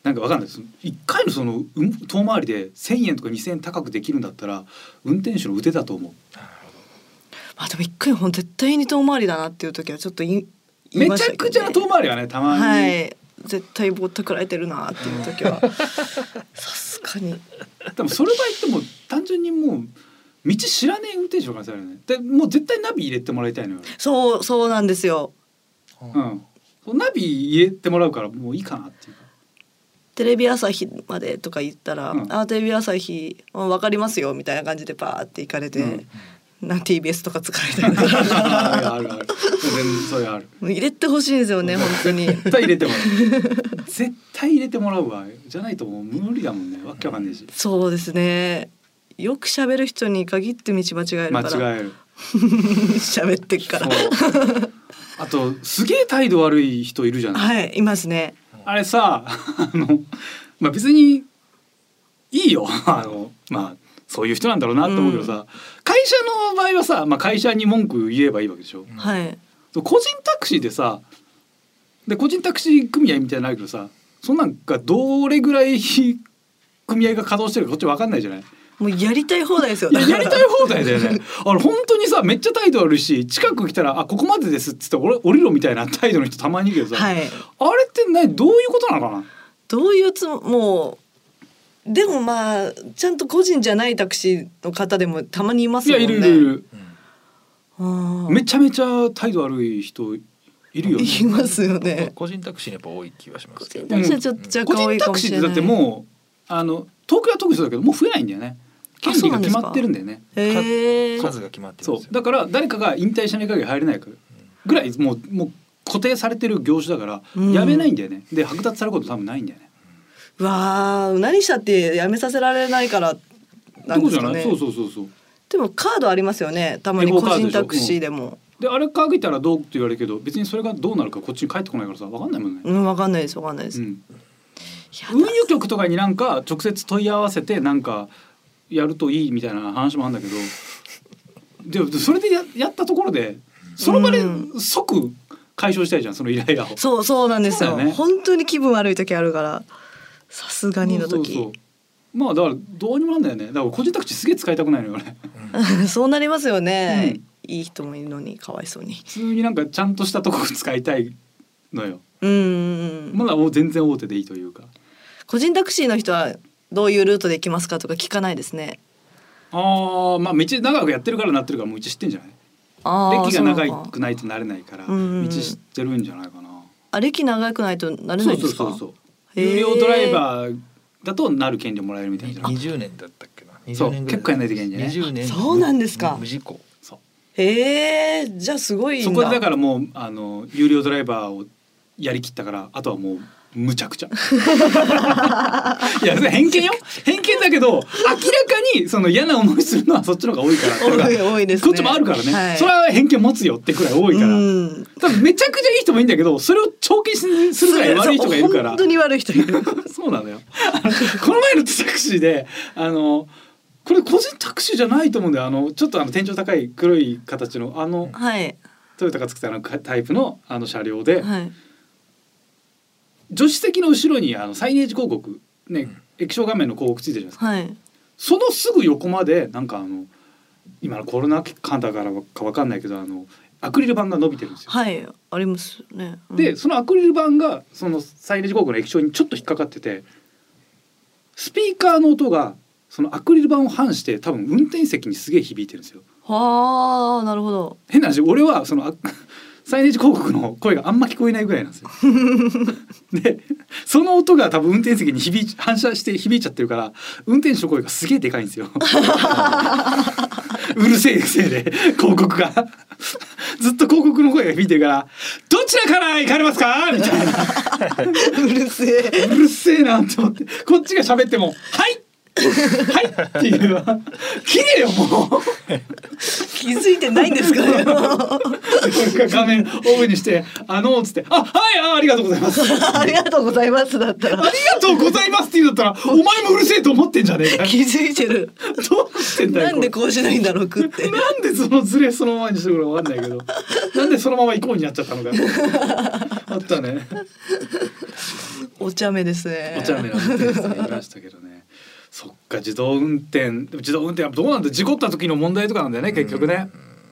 なんかわかんないです。1回のその遠回りで1000円とか2000円高くできるんだったら運転手の腕だと思う。 まあでも1回ほん絶対に遠回りだなっていう時はちょっとめちゃくちゃな遠回りはねたまに、 はい、絶対ぼったくられてるなっていう時はさすがに。 でもそれ場合ってもう単純にもう道知らねえ運転手の可能性あるよね。でもう絶対ナビ入れてもらいたいのよ。 そうなんですよ。 ナビ入れてもらうからもういいかなっていうか。 テレビ朝日までとか言ったら、テレビ朝日分かりますよみたいな感じでバーって行かれて、TBS とか使いたいなある全然それある。 入れてほしいですよね本当に。 絶対入れてもらう絶対入れてもらうわ。じゃないともう無理だもんね。わけわかんないし。 そうですね。よく喋る人に限って道間違えるから。 間違える喋ってっからあとすげえ態度悪い人いるじゃない。 はい、いますね。 あれさ別にいいよそういう人なんだろうなと思うけどさ、会社の場合はさ、会社に文句言えばいいわけでしょ。 はい。 個人タクシーでさ個人タクシー組合みたいなのあるけどさ、そんなんかどれぐらい組合が稼働してるかこっち分かんないじゃない。 もうやりたい放題ですよ。 やりたい放題だよね。本当にさめっちゃ態度悪いし、近く来たらここまでですっつって降りろみたいな態度の人たまにいるけどさ、はい、あれってどういうことなのかな。 どういうもうでもちゃんと個人じゃないタクシーの方でもたまにいますもんね。いる、めちゃめちゃ態度悪い人いるよね。いますよね。 個人タクシーやっぱ多い気がしますけど。 個人タクシーはちょっと若干多いかもしれない。 個人タクシーってだってもう東京は特にそうだけどもう増えないんだよね。権利が決まってるんだよね。 数が決まってるんですよ。 そうだから誰かが引退しない限り入れないぐらいもう固定されてる業種だからやめないんだよね。で剥奪されること多分ないんだよね。 わー、何したってやめさせられないからなんですかね。 そう。 でもカードありますよね。たまに個人タクシーでも。 であれかけたらどうって言われるけど、別にそれがどうなるかこっちに返ってこないからさ分かんないもんね。 分かんないです。 運輸局とかになんか直接問い合わせてなんかやるといいみたいな話もあるんだけど、でそれで やったところでその場で即解消したいじゃん、その依頼を。 そうなんですよ、ね、本当に気分悪い時あるからさすがにの時。 そうだからどうにもなんだよね。だから個人タクシーすげえ使いたくないのよね。 そうなりますよね、いい人もいるのにかわいそうに。 普通になんかちゃんとしたとこ使いたいのよ。 まだ全然大手でいいというか。 個人タクシーの人はどういうルートで行きますかとか聞かないですね。 道長くやってるからなってるからもううち知ってんじゃない。歴が長くないとなれないから道知ってるんじゃないかな。 歴長くないとなれないんですか。 そう有料ドライバーだとなる権利をもらえるみたいな。 20年だったっけな。 そう結構やらないといけないんじゃない。 20年。 そうなんですか。 無事故。 そう。 じゃあすごいんだ。 そこでだからもう有料ドライバーをやりきったからあとはもうむちゃくちゃいや偏見よ、偏見だけど明らかにその嫌な思いするのはそっちの方が多いから多いですね。 こっちもあるからね、はい、それは偏見持つよってくらい多いから。多分めちゃくちゃいい人もいいんだけどそれを帳消しするぐらい悪い人がいるから。 本当に悪い人いるそうなのよこの前のタクシーでこれ個人タクシーじゃないと思うんだよ。ちょっと天井高い黒い形のはい、 トヨタが作ったタイプの車両で、 はい、 助手席の後ろにサイネージ広告ね、液晶画面の広告ついてるじゃないですか、 はい、 そのすぐ横までなんか今のコロナ禍だからか分かんないけどアクリル板が伸びてるんですよ。 はいありますね、 でそのアクリル板がそのサイネージ広告の液晶にちょっと引っかかっててスピーカーの音がそのアクリル板を反して多分運転席にすげえ響いてるんですよ。 はあなるほど。 変な話、俺はそのサイネージ広告の声があんま聞こえないぐらいなんですよでその音が多分運転席に反射して響いちゃってるから運転手の声がすげえでかいんですようるせえせいで広告がずっと広告の声が響いてるからどちらから行かれますかみたいなうるせえなって思ってこっちが喋ってもはいはいっていう綺麗よもう気づいてないんですかね画面オフにしてつってはいありがとうございますありがとうございますだったらありがとうございますって言うんだったらお前もうるせえと思ってんじゃねえか気づいてるどうしてんだよなんでこうしないんだろうくってなんでそのズレそのままにしてくるかわかんないけどなんでそのまま行こうになっちゃったのかあったね。 教お茶目ですね。 お茶目な運転手さんいましたけどね。そっか、自動運転はどうなんだ、事故った時の問題とかなんだよね結局ね。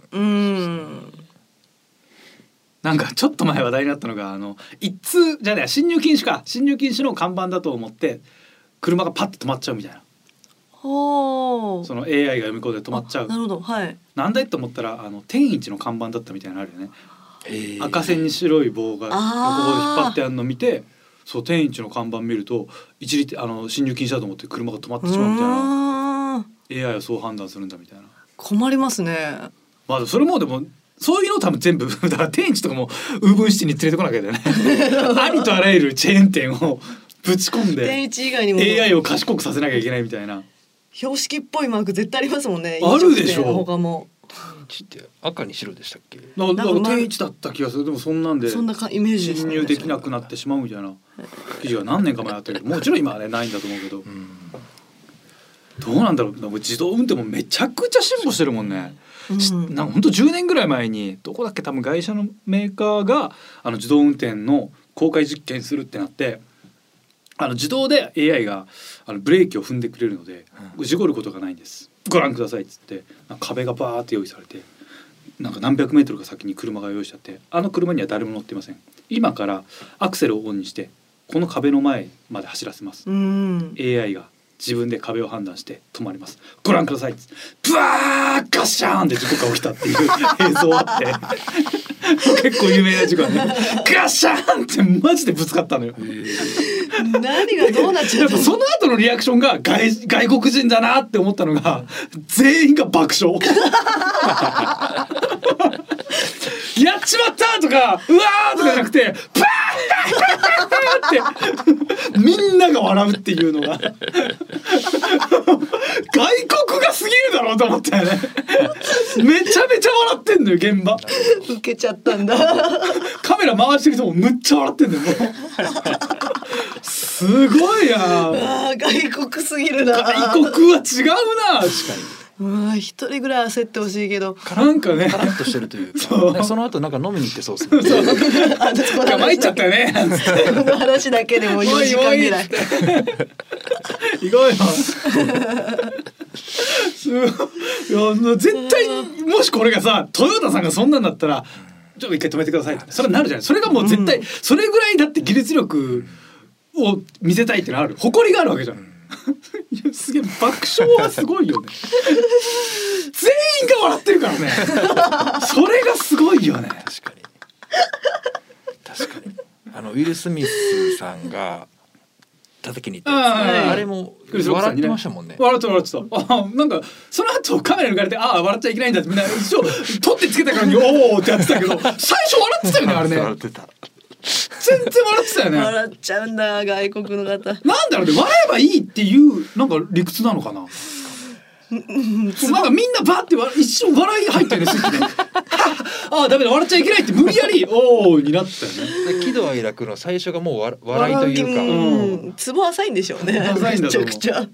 なんかちょっと前話題になったのが一通じゃね進入禁止の看板だと思って車がパッと止まっちゃうみたいな。その AI が読み込んで止まっちゃう。 なるほど、はい。 なんだいと思ったら天一の看板だったみたいなのあるよね。赤線に白い棒が横棒で引っ張ってあるのを見て、そう天一の看板見ると一時進入禁止だと思って車が止まってしまうみたいな。 AI はそう判断するんだみたいな。 困りますね。 まあそれもでもそういうの多分全部だから天一とかもウーブンシティに連れてこなきゃいけないね。ありとあらゆるチェーン店をぶち込んで天一以外にも AI を賢くさせなきゃいけないみたいな。 標識っぽいマーク絶対ありますもんね。 あるでしょ。 他も天一って赤に白でしたっけ。 なんか天一だった気がする。でもそんなんでそんなイメージですね。 侵入できなくなってしまうみたいな記事が何年か前あったけど、もちろん今はねないんだと思うけど、どうなんだろう。自動運転もめちゃくちゃ進歩してるもんね。なんか本当10年ぐらい前にどこだっけ、多分外車のメーカーが自動運転の公開実験するってなって、自動で AI がブレーキを踏んでくれるので事故ることがないんです、ご覧くださいっつって壁がバーって用意されて、なんか何百メートルか先に車が用意しちゃって、車には誰も乗っていません。今からアクセルをオンにしてこの壁の前まで走らせます。 AI が自分で壁を判断して止まります、ご覧くださいっつって、ブワーガッシャーンって事故が起きたっていう映像あって結構有名な事故はね、ガッシャーンってマジでぶつかったのよ。 何がどうなっちゃったの。 その後のリアクションが外国人だなって思ったのが、全員が爆笑やっちまったとかうわーとかじゃなくてパーってみんなが笑うっていうのが外国が過ぎるだろうと思ったよね。めちゃめちゃ笑ってんのよ現場。 受けちゃったんだ。 カメラ回してる人もむっちゃ笑ってんのよもうすごいな。 外国すぎるな。 外国は違うな。確かに一人ぐらい焦ってほしいけど、 なんかねカラッとしてるというか、その後なんか飲みに行ってそうですね。 参っちゃったよね。 この話だけでも4時間ぐらい。 意外な。いや絶対もしこれがさトヨタさんがそんなんだったらちょっと一回止めてくださいってそれなるじゃない。それがもう絶対、それぐらいだって技術力を見せたいってのある、誇りがあるわけじゃん。いやすげえ爆笑はすごいよね。全員が笑ってるからね。それがすごいよね。 確かにウィル・スミスさんが叩きに行ったやつ、あれも笑ってましたもんね。 笑ってた。なんかその後カメラ抜かれて笑っちゃいけないんだってみんな一応取ってつけたからにおーってやってたけど、最初笑ってたよねあれね。 笑ってた。 全然笑ってたよね。 笑っちゃうんだ外国の方。なんだろうね、笑えばいいっていうなんか理屈なのかな。なんかみんなバーって一瞬笑い入ったよねスイッチで。ダメだ笑っちゃいけないって無理やりおーになったよね。 喜怒哀楽の最初がもう笑いというか、 ツボ浅いんでしょうね。 浅いんだと思う。 めちゃくちゃ。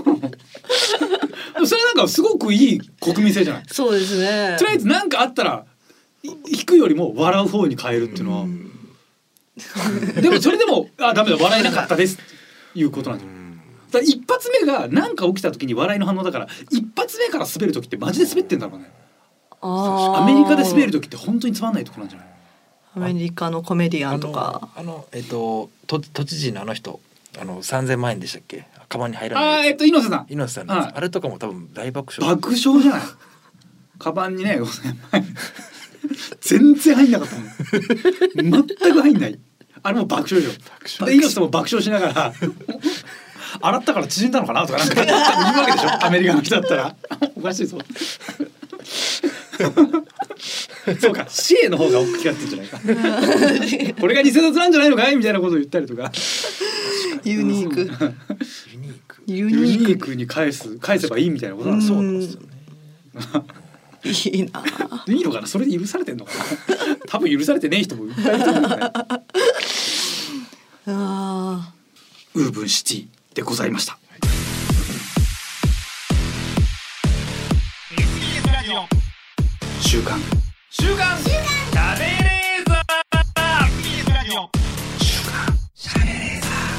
それなんかすごくいい国民性じゃない。 そうですね。 とりあえずなんかあったら引くよりも笑う方に変えるっていうのは。でもそれでもダメだ笑えなかったですっていうことなんだよ。だ一発目が何か起きた時に笑いの反応だから、一発目から滑る時ってマジで滑ってんだろうね。アメリカで滑る時って本当につまんないとこなんじゃない。 アメリカのコメディアンとか都知事の人3000万円でしたっけ、カバンに入らない。 猪瀬さん猪瀬さん、あれとかも多分大爆笑。 爆笑じゃない。カバンにね5000万円全然入んなかったもん。全く入んない。あれも爆笑でしょ。で猪瀬も爆笑しながら洗ったから縮んだのかなとかなんか言うわけでしょ。アメリカの人だったらおかしいぞ。そうか、シエの方が大きかったんじゃないか。これが偽札なんじゃないのかいみたいなことを言ったりとか。 ユニークに返せばいいみたいなことなんそうなんですよね。 いいな。 いいのかな、それで許されてんのかな。多分許されてねえ人もいっぱいいると思うね。ウーブンシティでございました。週刊食べレーザー。週刊しゃべレーザー。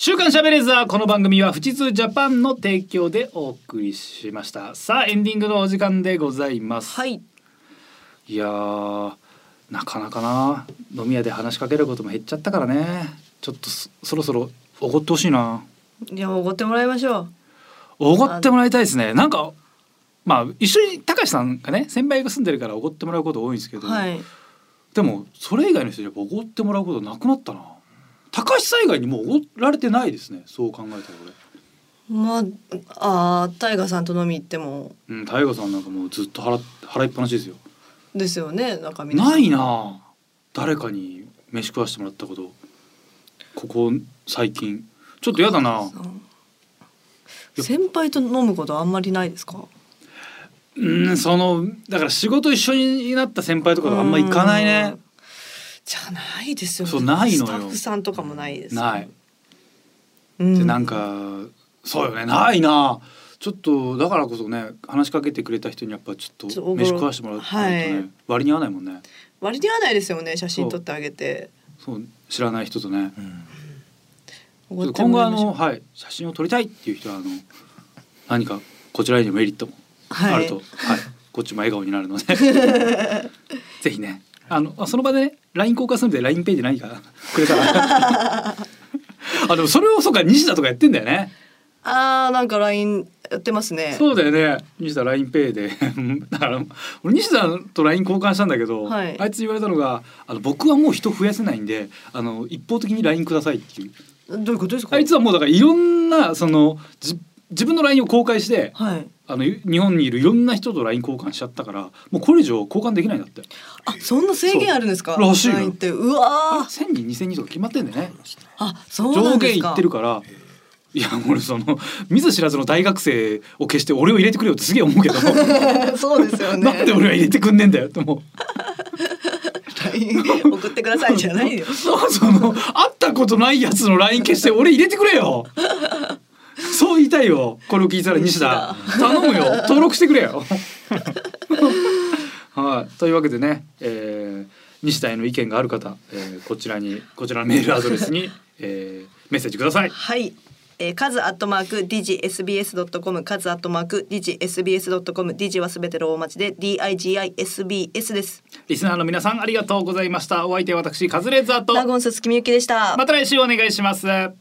週刊しゃべれーザー、この番組は富士通ジャパンの提供でお送りしました。さあエンディングのお時間でございます。 はい。 いやなかなかな、飲み屋で話しかけることも減っちゃったからね。ちょっとそろそろおごってほしいな。 いや、おごってもらいましょう。 おごってもらいたいですね。なんかまあ一緒に高橋さんがね、先輩が住んでるからおごってもらうこと多いんですけど、 はい、 でもそれ以外の人にやっぱおごってもらうことなくなったな。高橋さん以外にもうおごられてないですね、そう考えたら俺。 まあ、大河さんと飲み行っても、 大河さんなんかもうずっと払いっぱなしですよ。 ですよね。なんかないな、誰かに飯食わしてもらったこと。ここ最近ちょっとやだな。 先輩と飲むことあんまりないですか？ だから仕事一緒になった先輩とかがあんま行かないね。 じゃないですよね。 そう、ないのよ。 スタッフさんとかもないです、 ない、でなんかそうよね、ないな。ちょっとだからこそね、話しかけてくれた人にやっぱちょっと飯食わしてもらうとね、はい、割に合わないもんね。 割に合わないですよね。写真撮ってあげて、 そう知らない人とね、今後はい、写真を撮りたいっていう人は何かこちらへのメリットもあると、はい、こっちも笑顔になるのでぜひね、その場でね LINE 交換するんで LINEPay で何かくれたらでもそれをそうか、西田とかやってんだよね。 なんか LINE やってますね。 そうだよね、西田 LINEPay でだから俺西田と LINE 交換したんだけど、はい、あいつ言われたのが僕はもう人増やせないんで一方的に LINE くださいっていう。 どういうことですか？ あいつはもうだからいろんな自分の LINE を公開して、はい、日本にいるいろんな人と LINE 交換しちゃったから、もうこれ以上交換できないんだって。 そんな制限あるんですか？ らしいよ。 LINE ってうわ 1000人2000人とか決まってんだよね。 そうなんですか。 上限いってるから。いや俺見ず知らずの大学生を消して俺を入れてくれよってすげえ思うけどそうですよね。 なんで俺は入れてくんねんだよって思う。 LINE 送ってくださいじゃないよ会ったことないやつの LINE 消して俺入れてくれよそう言いたいよ。これを聞いたら西田頼むよ、登録してくれよはい、というわけでね、西田への意見がある方、こちらのメールアドレスに、メッセージください。 はい、kaz@digisbs.com、kaz@digisbs.com、 digi はすべてローマ字で digisbs です。 リスナーの皆さんありがとうございました。お相手は私カズレーザーとラゴンス月見ゆきでした。 また来週お願いします。